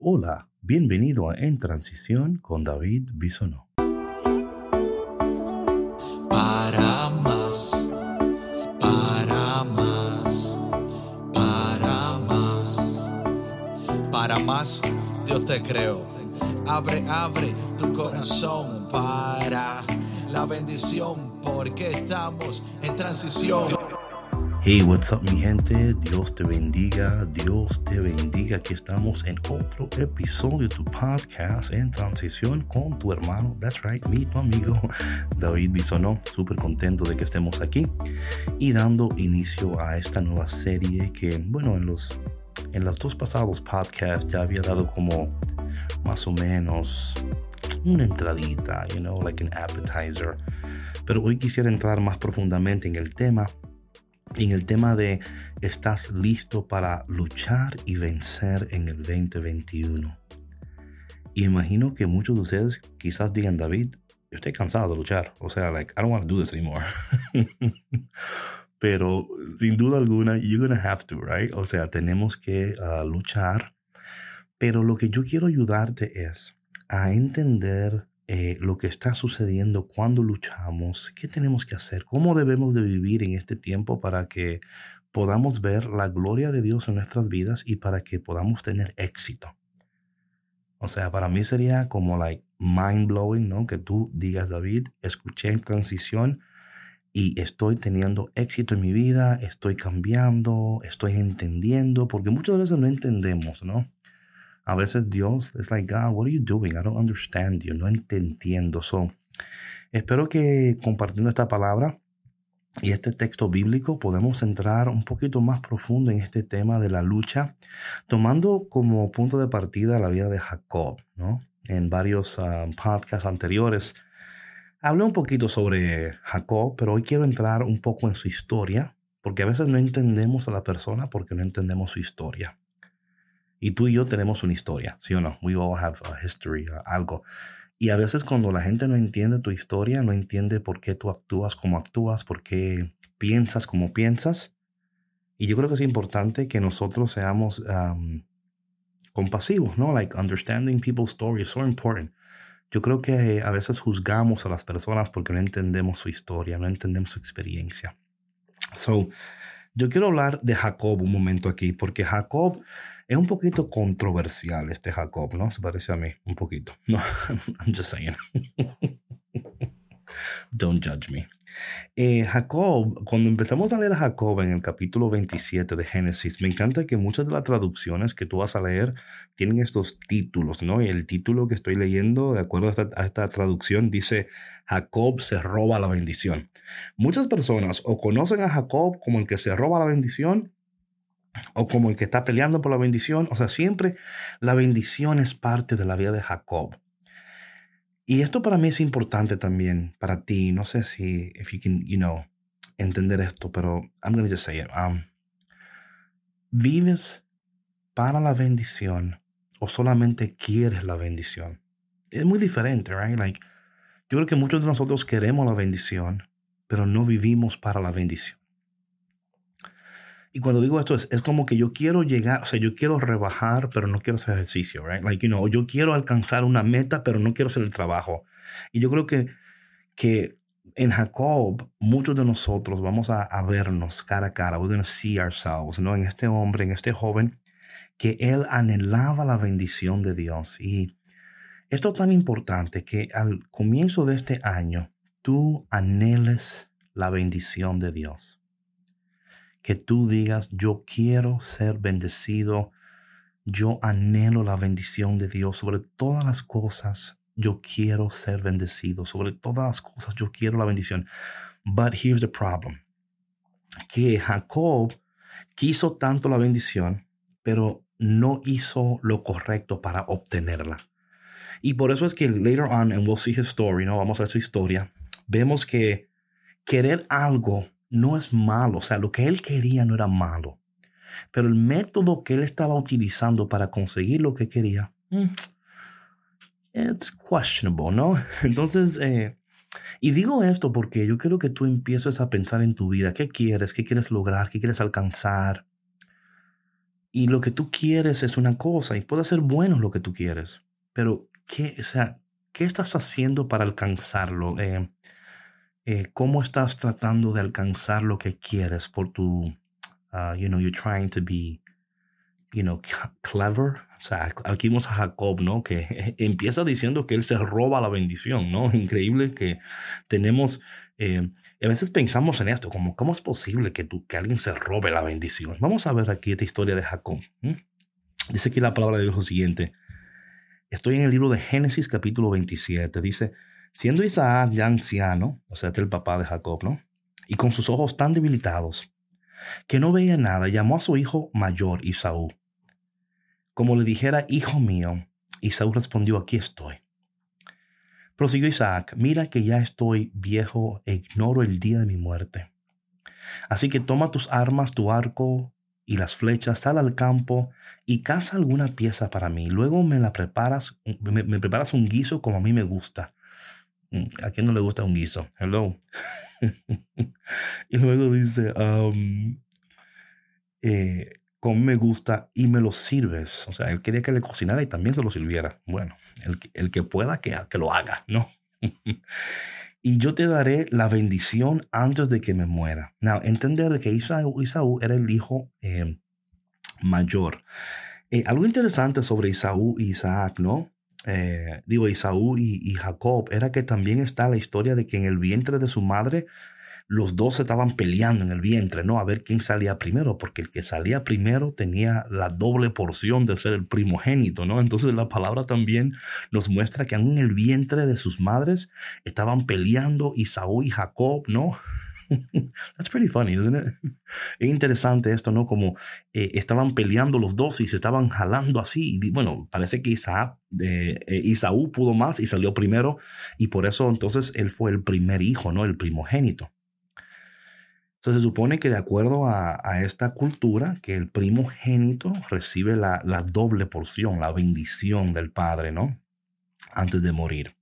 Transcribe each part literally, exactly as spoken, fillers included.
Hola, bienvenido a En Transición con David Bisonó. Para más, para más, para más, para más, Dios te creó. Abre, abre tu corazón para la bendición, porque estamos en transición. Hey, what's up, mi gente? Dios te bendiga, Dios te bendiga. Aquí estamos en otro episodio de tu podcast En Transición con tu hermano, that's right, mi tu amigo David Bisonó. Súper contento de que estemos aquí y dando inicio a esta nueva serie que, bueno, en los, en los dos pasados podcasts ya había dado como más o menos una entradita, you know, like an appetizer. Pero hoy quisiera entrar más profundamente en el tema. En el tema de ¿estás listo para luchar y vencer en el veinte veintiuno? Y imagino que muchos de ustedes quizás digan, David, yo estoy cansado de luchar. O sea, like, I don't want to do this anymore. Pero sin duda alguna, you're gonna have to, right? O sea, tenemos que uh, luchar. Pero lo que yo quiero ayudarte es a entender Eh, lo que está sucediendo cuando luchamos, qué tenemos que hacer, cómo debemos de vivir en este tiempo para que podamos ver la gloria de Dios en nuestras vidas y para que podamos tener éxito. O sea, para mí sería como like mind blowing, ¿no? Que tú digas, David, escuché En Transición y estoy teniendo éxito en mi vida, estoy cambiando, estoy entendiendo, porque muchas veces no entendemos, ¿no? A veces Dios es like, God, what are you doing? I don't understand you. No te entiendo. So, espero que compartiendo esta palabra y este texto bíblico podemos entrar un poquito más profundo en este tema de la lucha, tomando como punto de partida la vida de Jacob, ¿no? En varios uh, podcasts anteriores hablé un poquito sobre Jacob, pero hoy quiero entrar un poco en su historia, porque a veces no entendemos a la persona porque no entendemos su historia. Y tú y yo tenemos una historia, ¿sí o no? We all have a history, uh, algo. Y a veces cuando la gente no entiende tu historia, no entiende por qué tú actúas como actúas, por qué piensas como piensas. Y yo creo que es importante que nosotros seamos um, compasivos, ¿no? Like understanding people's story is so important. Yo creo que a veces juzgamos a las personas porque no entendemos su historia, no entendemos su experiencia. So, yo quiero hablar de Jacob un momento aquí, porque Jacob es un poquito controversial, este Jacob, ¿no? Se parece a mí, un poquito. No, I'm just saying. Don't judge me. Eh, Jacob, cuando empezamos a leer a Jacob en el capítulo veintisiete de Génesis, me encanta que muchas de las traducciones que tú vas a leer tienen estos títulos, ¿no? Y el título que estoy leyendo, de acuerdo a esta, a esta traducción, dice Jacob se roba la bendición. Muchas personas o conocen a Jacob como el que se roba la bendición o como el que está peleando por la bendición. O sea, siempre la bendición es parte de la vida de Jacob. Y esto para mí es importante también para ti. No sé si if you can, you know, entender esto, pero I'm going to just say it. Um, ¿Vives para la bendición o solamente quieres la bendición? Es muy diferente, right? Like, yo creo que muchos de nosotros queremos la bendición, pero no vivimos para la bendición. Y cuando digo esto, es, es como que yo quiero llegar, o sea, yo quiero rebajar, pero no quiero hacer ejercicio, right? Like, you know, yo quiero alcanzar una meta, pero no quiero hacer el trabajo. Y yo creo que, que en Jacob, muchos de nosotros vamos a, a vernos cara a cara. We're going to see ourselves, ¿no? En este hombre, en este joven, que él anhelaba la bendición de Dios. Y esto es tan importante que al comienzo de este año, tú anheles la bendición de Dios. Que tú digas, yo quiero ser bendecido, yo anhelo la bendición de Dios sobre todas las cosas. Yo quiero ser bendecido sobre todas las cosas. Yo quiero la bendición. But here's the problem. Que Jacob quiso tanto la bendición, pero no hizo lo correcto para obtenerla. Y por eso es que later on, and we'll see his story, ¿no? Vamos a ver su historia. Vemos que querer algo no es malo. O sea, lo que él quería no era malo. Pero el método que él estaba utilizando para conseguir lo que quería, mm, it's questionable, ¿no? Entonces, eh, y digo esto porque yo quiero que tú empieces a pensar en tu vida. ¿Qué quieres? ¿Qué quieres lograr? ¿Qué quieres alcanzar? Y lo que tú quieres es una cosa y puede ser bueno lo que tú quieres. Pero, ¿qué, o sea, ¿qué estás haciendo para alcanzarlo? Eh, eh, ¿Cómo estás tratando de alcanzar lo que quieres por tu, uh, you know, you're trying to be, you know, clever? O sea, aquí vemos a Jacob, ¿no? Que empieza diciendo que él se roba la bendición, ¿no? Increíble que tenemos, eh, a veces pensamos en esto, como, ¿cómo es posible que, tú, que alguien se robe la bendición? Vamos a ver aquí esta historia de Jacob. ¿eh? Dice aquí la palabra de Dios lo siguiente. Estoy en el libro de Génesis capítulo veintisiete. Dice, siendo Isaac ya anciano, o sea, este es el papá de Jacob, ¿no? Y con sus ojos tan debilitados, que no veía nada, llamó a su hijo mayor, Esaú. Como le dijera, hijo mío, Esaú respondió, aquí estoy. Prosiguió Isaac, mira que ya estoy viejo e ignoro el día de mi muerte. Así que toma tus armas, tu arco y las flechas, sal al campo y caza alguna pieza para mí. Luego me la preparas, me, me preparas un guiso como a mí me gusta. ¿A quién no le gusta un guiso? Hello. Y luego dice, um, eh, como me gusta y me lo sirves. O sea, él quería que le cocinara y también se lo sirviera. Bueno, el, el que pueda que, que lo haga, ¿no? Y yo te daré la bendición antes de que me muera. Now, entender de que Isaú, Isaú era el hijo eh, mayor. Eh, algo interesante sobre Isaú y Isaac, ¿no? Eh, digo, Isaú y, y Jacob, era que también está la historia de que en el vientre de su madre los dos se estaban peleando en el vientre, ¿no? A ver quién salía primero, porque el que salía primero tenía la doble porción de ser el primogénito, ¿no? Entonces la palabra también nos muestra que aún en el vientre de sus madres estaban peleando Isaú y Jacob, ¿no? That's pretty funny, isn't it? Es interesante esto, ¿no? Como eh, estaban peleando los dos y se estaban jalando así. Y bueno, parece que Isaac, eh, eh, Isaú pudo más y salió primero. Y por eso entonces él fue el primer hijo, ¿no? El primogénito. Entonces se supone que de acuerdo a, a esta cultura, que el primogénito recibe la, la doble porción, la bendición del padre, ¿no? Antes de morir.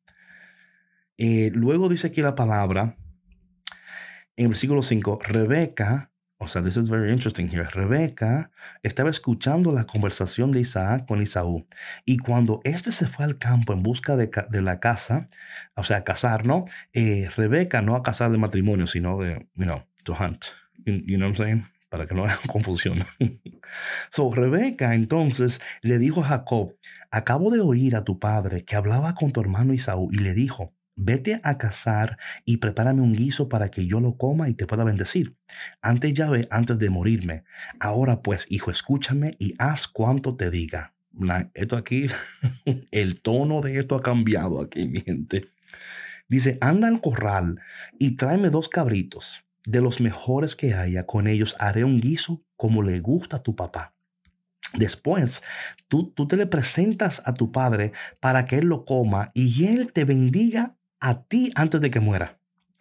Eh, luego dice aquí la palabra, en el versículo cinco, Rebeca, o sea, this is very interesting here. Rebeca estaba escuchando la conversación de Isaac con Esaú. Y cuando éste se fue al campo en busca de, de la casa, o sea, a cazar, ¿no? Eh, Rebeca no a cazar de matrimonio, sino de, you know, to hunt. You, you know what I'm saying? Para que no haya confusión. So, Rebeca entonces le dijo a Jacob, acabo de oír a tu padre que hablaba con tu hermano Esaú y le dijo, vete a cazar y prepárame un guiso para que yo lo coma y te pueda bendecir. Antes Yahvé, antes de morirme. Ahora pues, hijo, escúchame y haz cuanto te diga. La, esto aquí, el tono de esto ha cambiado aquí, mi gente. Dice, anda al corral y tráeme dos cabritos, de los mejores que haya. Con ellos haré un guiso como le gusta a tu papá. Después, tú, tú te le presentas a tu padre para que él lo coma y él te bendiga a ti antes de que muera.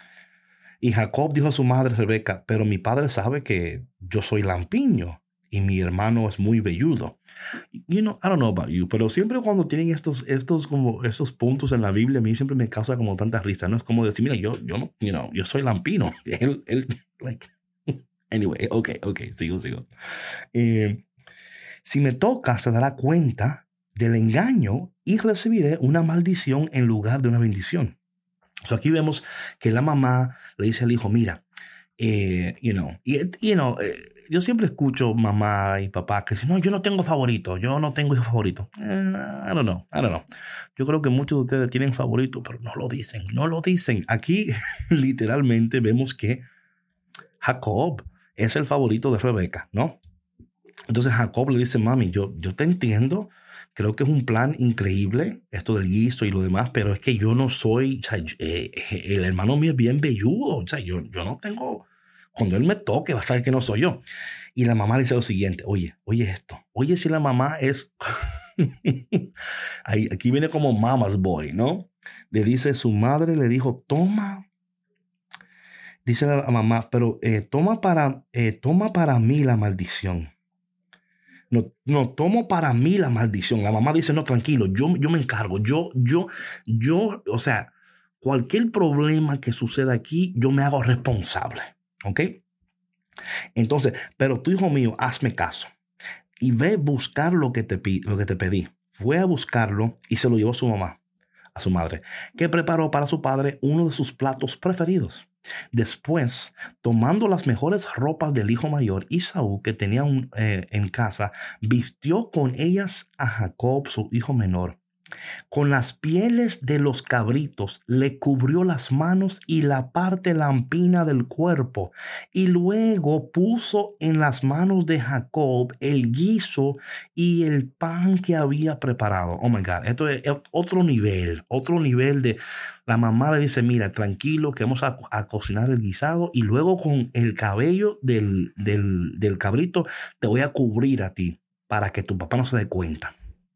Y Jacob dijo a su madre Rebeca, pero mi padre sabe que yo soy lampiño y mi hermano es muy velludo. You know, I don't know about you, pero siempre cuando tienen estos, estos, como estos puntos en la Biblia, a mí siempre me causa como tanta risa, ¿no? Es como decir, mira, yo, yo no, you know, yo soy lampiño. Él, él, like, anyway, ok, ok, sigo, sigo. Eh, si me toca, se dará cuenta del engaño y recibiré una maldición en lugar de una bendición. So aquí vemos que la mamá le dice al hijo, mira, eh, you know, y, you know eh, yo siempre escucho mamá y papá que dicen, no, yo no tengo favorito, yo no tengo hijo favorito. Eh, I don't know, I don't know. Yo creo que muchos de ustedes tienen favorito, pero no lo dicen, no lo dicen. Aquí literalmente vemos que Jacob es el favorito de Rebeca, ¿no? Entonces Jacob le dice, mami, yo, yo te entiendo. Creo que es un plan increíble, esto del guiso y lo demás, pero es que yo no soy, o sea, eh, el hermano mío es bien velludo, o sea, yo, yo no tengo, cuando él me toque va a saber que no soy yo. Y la mamá le dice lo siguiente, oye, oye esto, oye si la mamá es, Ahí, aquí viene como mama's boy, ¿no? Le dice, su madre le dijo, toma, dice la mamá, pero eh, toma, para, eh, toma para mí la maldición. No, no, tomo para mí la maldición. La mamá dice, no, tranquilo, yo, yo me encargo. Yo, yo, yo, o sea, cualquier problema que suceda aquí, yo me hago responsable. ¿Ok? Entonces, pero tú, hijo mío, hazme caso. y ve buscar lo que te, lo que te pedí. Fue a buscarlo y se lo llevó a su mamá, a su madre, que preparó para su padre uno de sus platos preferidos. Después, tomando las mejores ropas del hijo mayor, Esaú, que tenía un, eh, en casa, vistió con ellas a Jacob, su hijo menor. Con las pieles de los cabritos le cubrió las manos y la parte lampina del cuerpo, y luego puso en las manos de Jacob el guiso y el pan que había preparado. Oh my God, esto es otro nivel, otro nivel de... La mamá le dice, mira, tranquilo, que vamos a, a cocinar el guisado, y luego con el cabello del, del, del cabrito te voy a cubrir a ti para que tu papá no se dé cuenta.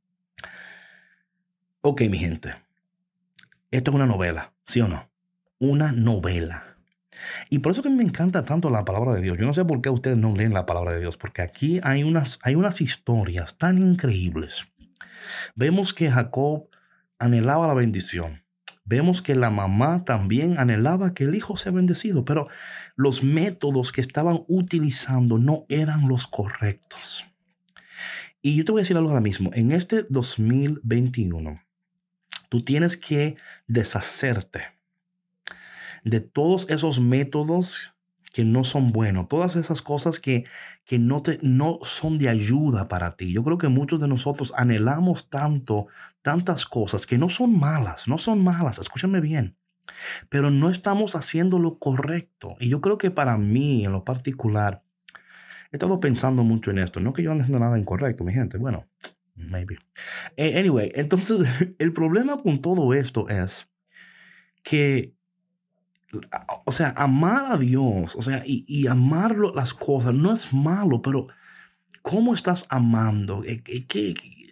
Ok, mi gente, esto es una novela, ¿sí o no? Una novela. Y por eso que me encanta tanto la palabra de Dios. Yo no sé por qué ustedes no leen la palabra de Dios, porque aquí hay unas, hay unas historias tan increíbles. Vemos que Jacob anhelaba la bendición. Vemos que la mamá también anhelaba que el hijo sea bendecido, pero los métodos que estaban utilizando no eran los correctos. Y yo te voy a decir algo ahora mismo. En este dos mil veintiuno, tú tienes que deshacerte de todos esos métodos que no son buenos, todas esas cosas que, que no, te, no son de ayuda para ti. Yo creo que muchos de nosotros anhelamos tanto, tantas cosas que no son malas, no son malas, escúchame bien, pero no estamos haciendo lo correcto. Y yo creo que para mí, en lo particular, he estado pensando mucho en esto. No que yo ande haciendo nada incorrecto, mi gente, bueno... Maybe. Anyway, entonces el problema con todo esto es que, o sea, amar a Dios, o sea, y, y amar las cosas no es malo, pero ¿cómo estás amando? ¿Qué, qué,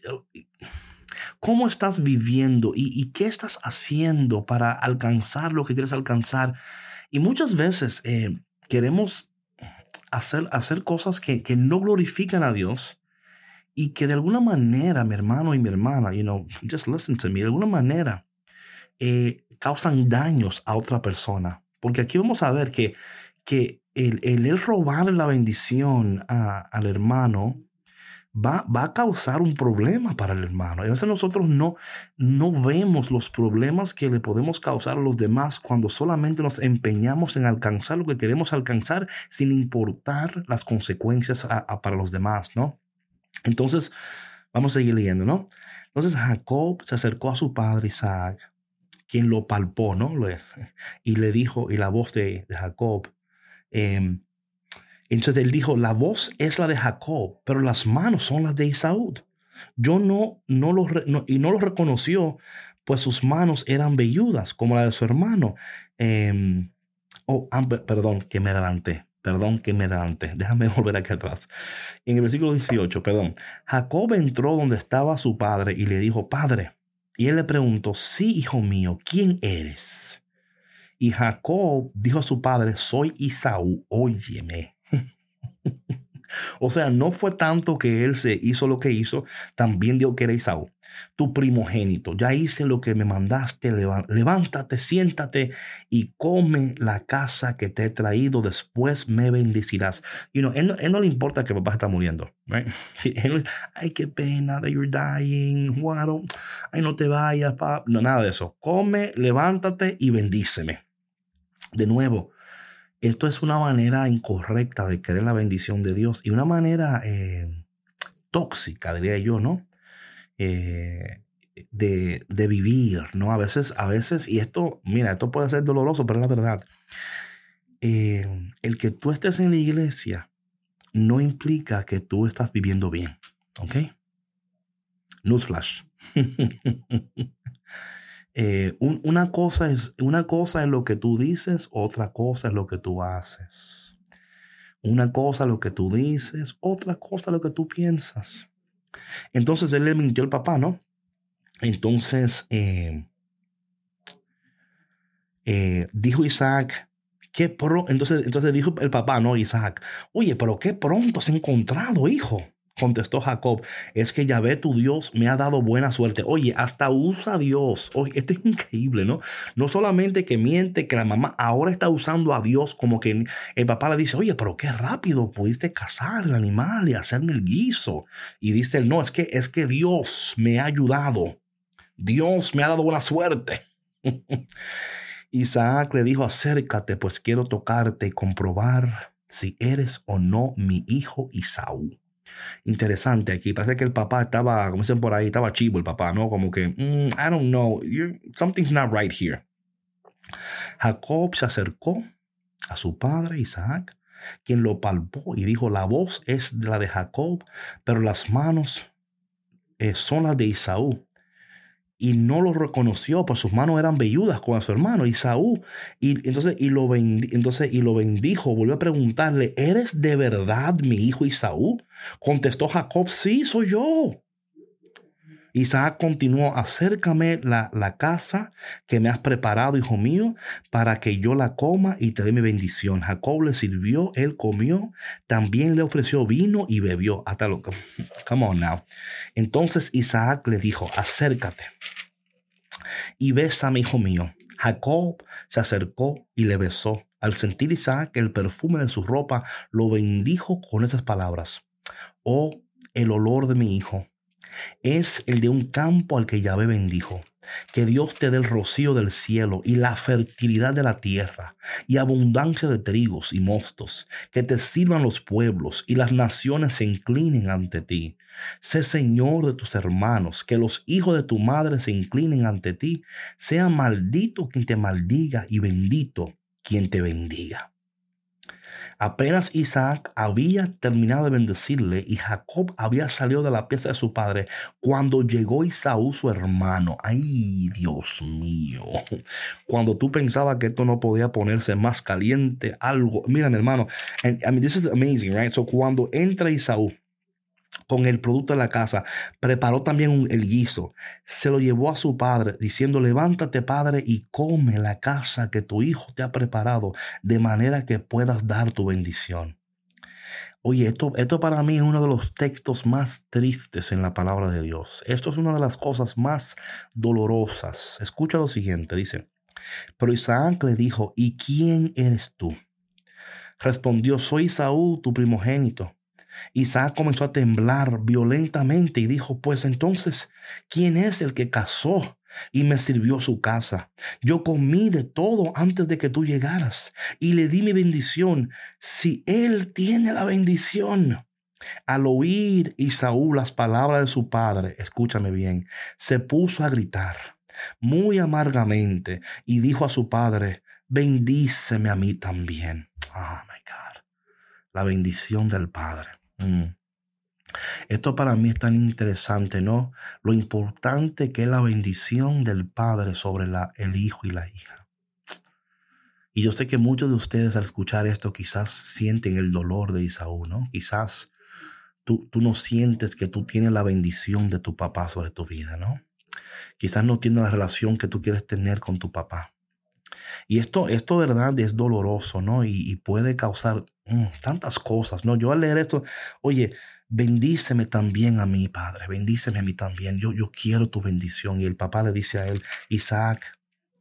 ¿Cómo estás viviendo? ¿Y, y qué estás haciendo para alcanzar lo que quieres alcanzar? Y muchas veces eh, queremos hacer, hacer cosas que, que no glorifican a Dios. Y que de alguna manera, mi hermano y mi hermana, you know, just listen to me, de alguna manera eh, causan daños a otra persona. Porque aquí vamos a ver que, que el, el, el robarle la bendición a, al hermano va, va a causar un problema para el hermano. Y a veces nosotros no, no vemos los problemas que le podemos causar a los demás cuando solamente nos empeñamos en alcanzar lo que queremos alcanzar sin importar las consecuencias a, a, para los demás, ¿no? Entonces, vamos a seguir leyendo, ¿no? Entonces, Jacob se acercó a su padre Isaac, quien lo palpó, ¿no? Y le dijo, y la voz de, de Jacob, eh, entonces él dijo, la voz es la de Jacob, pero las manos son las de Esaú. Yo no, no lo, no, y no lo reconoció, pues sus manos eran velludas, como la de su hermano. Eh, oh, perdón, que me adelanté. Perdón que me adelanté. Déjame volver aquí atrás. En el versículo dieciocho, perdón. Jacob entró donde estaba su padre y le dijo, Padre. Y él le preguntó, sí, hijo mío, ¿quién eres? Y Jacob dijo a su padre, soy Esaú, óyeme. O sea, no fue tanto que él se hizo lo que hizo, también dijo que era Esaú, tu primogénito. Ya hice lo que me mandaste, levántate, siéntate y come la caza que te he traído, después me bendecirás. You know, él, no, él no le importa que papá está muriendo. Right? Él, ay, qué pena that you're dying. Wow. Ay, no te vayas, papá. No, nada de eso. Come, levántate y bendíceme. De nuevo, esto es una manera incorrecta de querer la bendición de Dios y una manera eh, tóxica, diría yo, ¿no? Eh, de, de vivir, ¿no? A veces, a veces, y esto, mira, esto puede ser doloroso, pero es la verdad. Eh, el que tú estés en la iglesia no implica que tú estás viviendo bien, ¿ok? Newsflash. Eh, un, una, cosa es, una cosa es lo que tú dices, otra cosa es lo que tú haces. Una cosa es lo que tú dices, otra cosa es lo que tú piensas. Entonces él le mintió al papá, ¿no? Entonces eh, eh, dijo Isaac, qué pro, entonces, entonces dijo el papá, no, Isaac, oye, pero qué pronto has encontrado, hijo. Contestó Jacob, es que Yahvé tu Dios me ha dado buena suerte. Oye, hasta usa Dios. Oye, esto es increíble, ¿no? No solamente que miente, que la mamá ahora está usando a Dios, como que el papá le dice, oye, pero qué rápido pudiste cazar el animal y hacerme el guiso. Y dice él, no, es que, es que Dios me ha ayudado. Dios me ha dado buena suerte. Isaac le dijo, acércate, pues quiero tocarte y comprobar si eres o no mi hijo Esaú. Interesante aquí, parece que el papá estaba, como dicen por ahí, estaba chivo el papá, ¿no? Como que, mm, I don't know, You're, something's not right here. Jacob se acercó a su padre Isaac, quien lo palpó y dijo, la voz es la de Jacob, pero las manos eh, son las de Esaú. Y no lo reconoció, pues sus manos eran velludas con su hermano Esaú. Y entonces, y lo bendi, entonces, y lo bendijo. Volvió a preguntarle, ¿eres de verdad mi hijo Esaú? Contestó Jacob, sí, soy yo. Isaac continuó, acércame la, la casa que me has preparado, hijo mío, para que yo la coma y te dé mi bendición. Jacob le sirvió, él comió, también le ofreció vino y bebió. Hasta lo Come on now. Entonces Isaac le dijo, acércate y bésame, hijo mío. Jacob se acercó y le besó. Al sentir Isaac el perfume de su ropa, lo bendijo con esas palabras. Oh, el olor de mi hijo es el de un campo al que Yahvé bendijo. Que Dios te dé el rocío del cielo y la fertilidad de la tierra y abundancia de trigos y mostos. Que te sirvan los pueblos y las naciones se inclinen ante ti. Sé señor de tus hermanos, que los hijos de tu madre se inclinen ante ti. Sea maldito quien te maldiga y bendito quien te bendiga. Apenas Isaac había terminado de bendecirle y Jacob había salido de la pieza de su padre cuando llegó Esaú, su hermano. ¡Ay, Dios mío! Cuando tú pensabas que esto no podía ponerse más caliente, algo. Mira, mi hermano, and, I mean, this is amazing, right? So, cuando entra Esaú con el producto de la casa, preparó también un, el guiso, se lo llevó a su padre diciendo, levántate, padre, y come la casa que tu hijo te ha preparado, de manera que puedas dar tu bendición. Oye, esto, esto para mí es uno de los textos más tristes en la palabra de Dios. Esto es una de las cosas más dolorosas. Escucha lo siguiente, dice, pero Isaac le dijo, ¿y quién eres tú? Respondió, soy Esaú, tu primogénito. Isaac comenzó a temblar violentamente y dijo, pues entonces, ¿quién es el que cazó y me sirvió su casa? Yo comí de todo antes de que tú llegaras y le di mi bendición. Si él tiene la bendición. Al oír Esaú las palabras de su padre, escúchame bien, se puso a gritar muy amargamente y dijo a su padre, bendíceme a mí también. Oh my God, la bendición del padre. Mm. Esto para mí es tan interesante, ¿no? Lo importante que es la bendición del padre sobre la, el hijo y la hija. Y yo sé que muchos de ustedes al escuchar esto quizás sienten el dolor de Esaú, ¿no? Quizás tú, tú no sientes que tú tienes la bendición de tu papá sobre tu vida, ¿no? Quizás no tienes la relación que tú quieres tener con tu papá. Y esto, esto de verdad es doloroso, ¿no? Y, y puede causar mm, tantas cosas, ¿no? Yo al leer esto, oye, bendíceme también a mí, Padre, bendíceme a mí también. Yo, yo quiero tu bendición. Y el papá le dice a él, Isaac,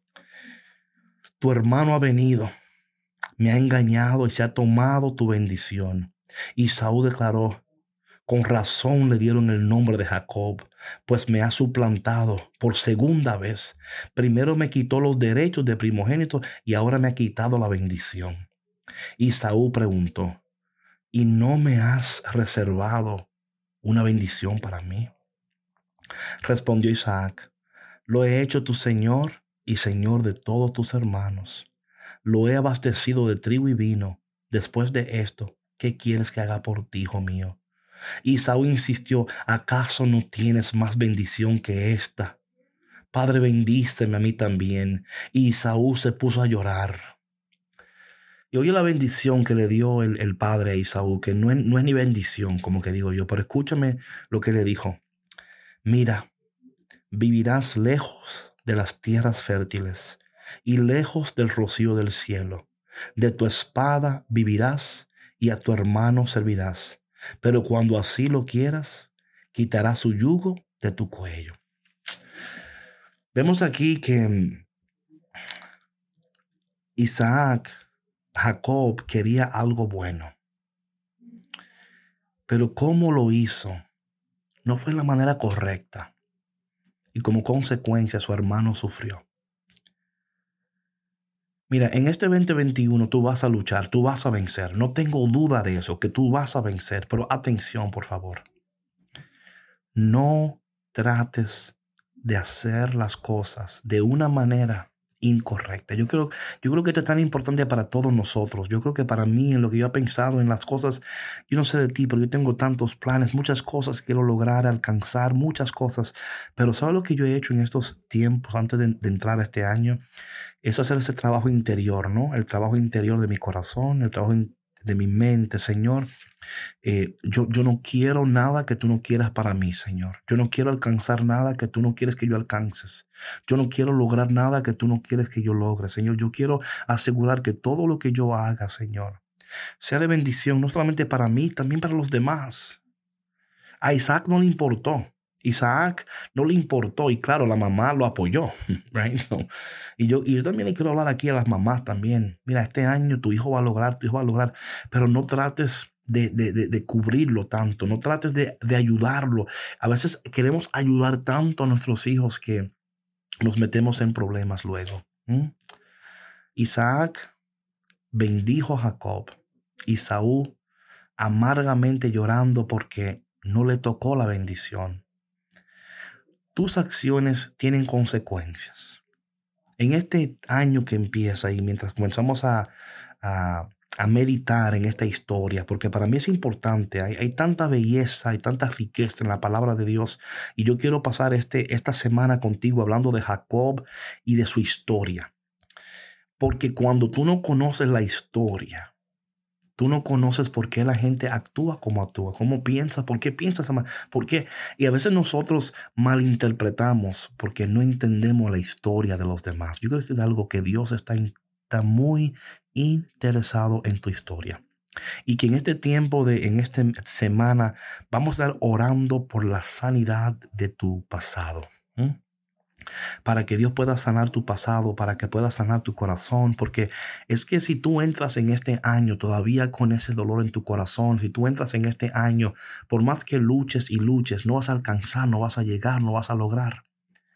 tu hermano ha venido, me ha engañado y se ha tomado tu bendición. Y Esaú declaró, con razón le dieron el nombre de Jacob, pues me ha suplantado por segunda vez. Primero me quitó los derechos de primogénito y ahora me ha quitado la bendición. Y Esaú preguntó, ¿y no me has reservado una bendición para mí? Respondió Isaac, lo he hecho tu señor y señor de todos tus hermanos. Lo he abastecido de trigo y vino. Después de esto, ¿qué quieres que haga por ti, hijo mío? Y Esaú insistió, ¿acaso no tienes más bendición que esta? Padre, bendíceme a mí también. Y Esaú se puso a llorar. Y oye la bendición que le dio el, el padre a Esaú, que no es, no es ni bendición, como que digo yo, pero escúchame lo que le dijo. Mira, vivirás lejos de las tierras fértiles y lejos del rocío del cielo. De tu espada vivirás y a tu hermano servirás. pero cuando así lo quieras, quitará su yugo de tu cuello. Vemos aquí que Isaac, Jacob quería algo bueno, pero cómo lo hizo no fue la manera correcta y como consecuencia su hermano sufrió. Mira, en este veinte veintiuno tú vas a luchar, tú vas a vencer. No tengo duda de eso, que tú vas a vencer. Pero atención, por favor. No trates de hacer las cosas de una manera incorrecta. Yo creo, yo creo que esto es tan importante para todos nosotros. Yo creo que para mí, en lo que yo he pensado, en las cosas, yo no sé de ti, pero yo tengo tantos planes, muchas cosas quiero lograr, alcanzar, muchas cosas. Pero ¿sabes lo que yo he hecho en estos tiempos antes de, de entrar a este año? Es hacer ese trabajo interior, ¿no? El trabajo interior de mi corazón, el trabajo de mi mente, Señor. Eh, yo, yo no quiero nada que tú no quieras para mí, Señor. Yo no quiero alcanzar nada que tú no quieres que yo alcances. Yo no quiero lograr nada que tú no quieres que yo logre, Señor. Yo quiero asegurar que todo lo que yo haga, Señor, sea de bendición, no solamente para mí, también para los demás. A Isaac no le importó. Isaac no le importó y claro, la mamá lo apoyó, right? No. Y, yo, y yo también le quiero hablar aquí a las mamás también. Mira, este año tu hijo va a lograr, tu hijo va a lograr, pero no trates de, de, de, de cubrirlo tanto, no trates de, de ayudarlo. A veces queremos ayudar tanto a nuestros hijos que nos metemos en problemas luego. ¿Mm? Isaac bendijo a Jacob y Saúl amargamente llorando porque no le tocó la bendición. Tus acciones tienen consecuencias. En este año que empieza y mientras comenzamos a, a, a meditar en esta historia, porque para mí es importante, hay, hay tanta belleza, hay tanta riqueza en la palabra de Dios y yo quiero pasar este, esta semana contigo hablando de Jacob y de su historia. Porque cuando tú no conoces la historia, tú no conoces por qué la gente actúa como actúa, cómo piensa, por qué piensas, por qué. Y a veces nosotros malinterpretamos porque no entendemos la historia de los demás. Yo quiero decir algo, que Dios está, está muy interesado en tu historia. Y que en este tiempo, de, en esta semana, vamos a estar orando por la sanidad de tu pasado. ¿Mm? Para que Dios pueda sanar tu pasado, para que pueda sanar tu corazón, porque es que si tú entras en este año todavía con ese dolor en tu corazón, si tú entras en este año, por más que luches y luches, no vas a alcanzar, no vas a llegar, no vas a lograr.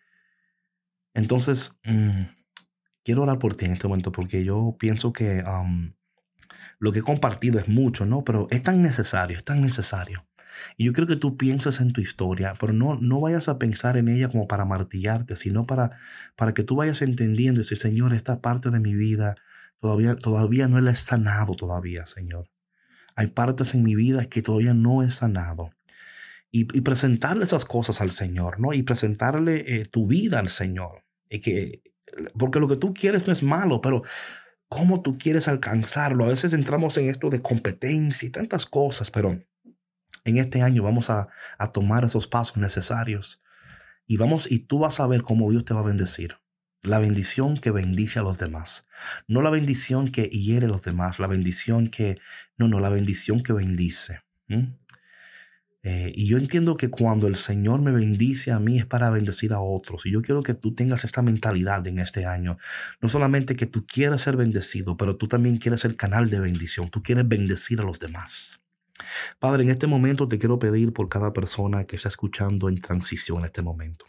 Entonces, mmm, quiero orar por ti en este momento, porque yo pienso que um, lo que he compartido es mucho, ¿no? Pero es tan necesario, es tan necesario. Y yo quiero que tú pienses en tu historia, pero no, no vayas a pensar en ella como para martillarte, sino para, para que tú vayas entendiendo y decir, Señor, esta parte de mi vida todavía, todavía no la he sanado todavía, Señor. Hay partes en mi vida que todavía no he sanado. Y, y presentarle esas cosas al Señor, ¿no? Y presentarle eh, tu vida al Señor. Y que, porque lo que tú quieres no es malo, pero ¿cómo tú quieres alcanzarlo? A veces entramos en esto de competencia y tantas cosas, pero en este año vamos a, a tomar esos pasos necesarios y vamos y tú vas a ver cómo Dios te va a bendecir. La bendición que bendice a los demás. No la bendición que hiere a los demás. La bendición que... No, no, la bendición que bendice. ¿Mm? Eh, y yo entiendo que cuando el Señor me bendice a mí es para bendecir a otros. Y yo quiero que tú tengas esta mentalidad en este año. No solamente que tú quieres ser bendecido, pero tú también quieres ser canal de bendición. Tú quieres bendecir a los demás. Padre, en este momento te quiero pedir por cada persona que está escuchando en transición en este momento.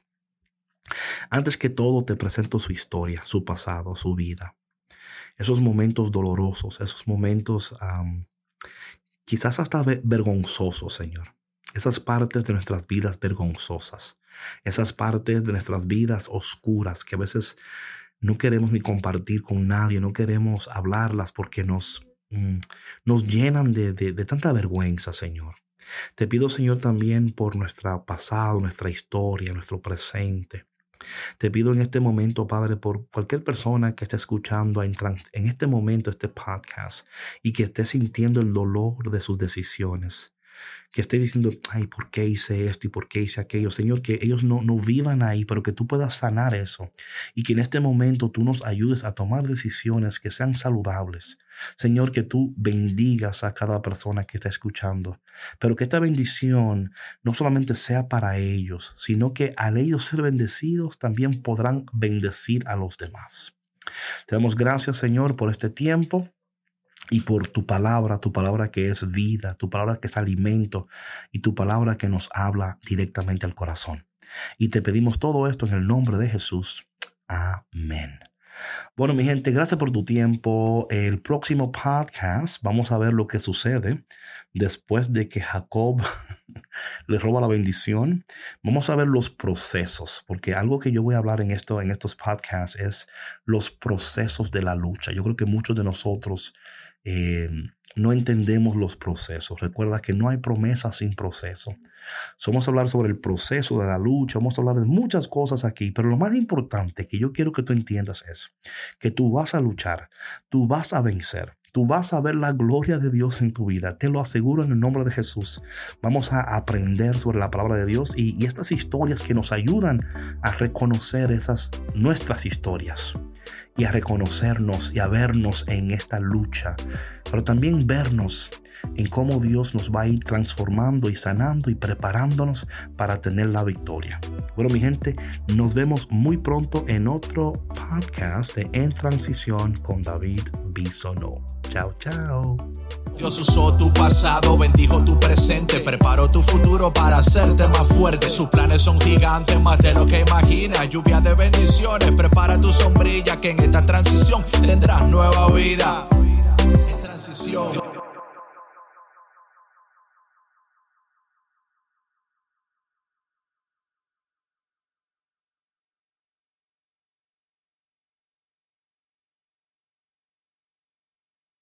Antes que todo te presento su historia, su pasado, su vida. Esos momentos dolorosos, esos momentos um, quizás hasta vergonzosos, Señor. Esas partes de nuestras vidas vergonzosas. Esas partes de nuestras vidas oscuras que a veces no queremos ni compartir con nadie, no queremos hablarlas porque nos... nos llenan de, de, de tanta vergüenza, Señor. Te pido, Señor, también por nuestro pasado, nuestra historia, nuestro presente. Te pido en este momento, Padre, por cualquier persona que esté escuchando en, en este momento este podcast y que esté sintiendo el dolor de sus decisiones. que esté diciendo, ay, ¿por qué hice esto y por qué hice aquello? Señor, que ellos no, no vivan ahí, pero que tú puedas sanar eso y que en este momento tú nos ayudes a tomar decisiones que sean saludables. Señor, que tú bendigas a cada persona que está escuchando, pero que esta bendición no solamente sea para ellos, sino que al ellos ser bendecidos también podrán bendecir a los demás. Te damos gracias, Señor, por este tiempo. Y por tu palabra, tu palabra que es vida, tu palabra que es alimento y tu palabra que nos habla directamente al corazón. Y te pedimos todo esto en el nombre de Jesús. Amén. Bueno, mi gente, gracias por tu tiempo. El próximo podcast vamos a ver lo que sucede después de que Jacob le roba la bendición. Vamos a ver los procesos, porque algo que yo voy a hablar en esto, en estos podcasts es los procesos de la lucha. Yo creo que muchos de nosotros eh, no entendemos los procesos. Recuerda que no hay promesa sin proceso. So, vamos a hablar sobre el proceso de la lucha. Vamos a hablar de muchas cosas aquí, pero lo más importante que yo quiero que tú entiendas es que tú vas a luchar, tú vas a vencer. Tú vas a ver la gloria de Dios en tu vida. Te lo aseguro en el nombre de Jesús. Vamos a aprender sobre la palabra de Dios y, y estas historias que nos ayudan a reconocer esas nuestras historias y a reconocernos y a vernos en esta lucha, pero también vernos en cómo Dios nos va a ir transformando y sanando y preparándonos para tener la victoria. Bueno, mi gente, nos vemos muy pronto en otro podcast de En Transición con David Bisonó. Chao, chao. Dios usó tu pasado, bendijo tu presente, preparó tu futuro para hacerte más fuerte. Sus planes son gigantes, más de lo que imaginas. Lluvia de bendiciones, prepara tu sombrilla, que en esta transición tendrás nueva vida. En transición.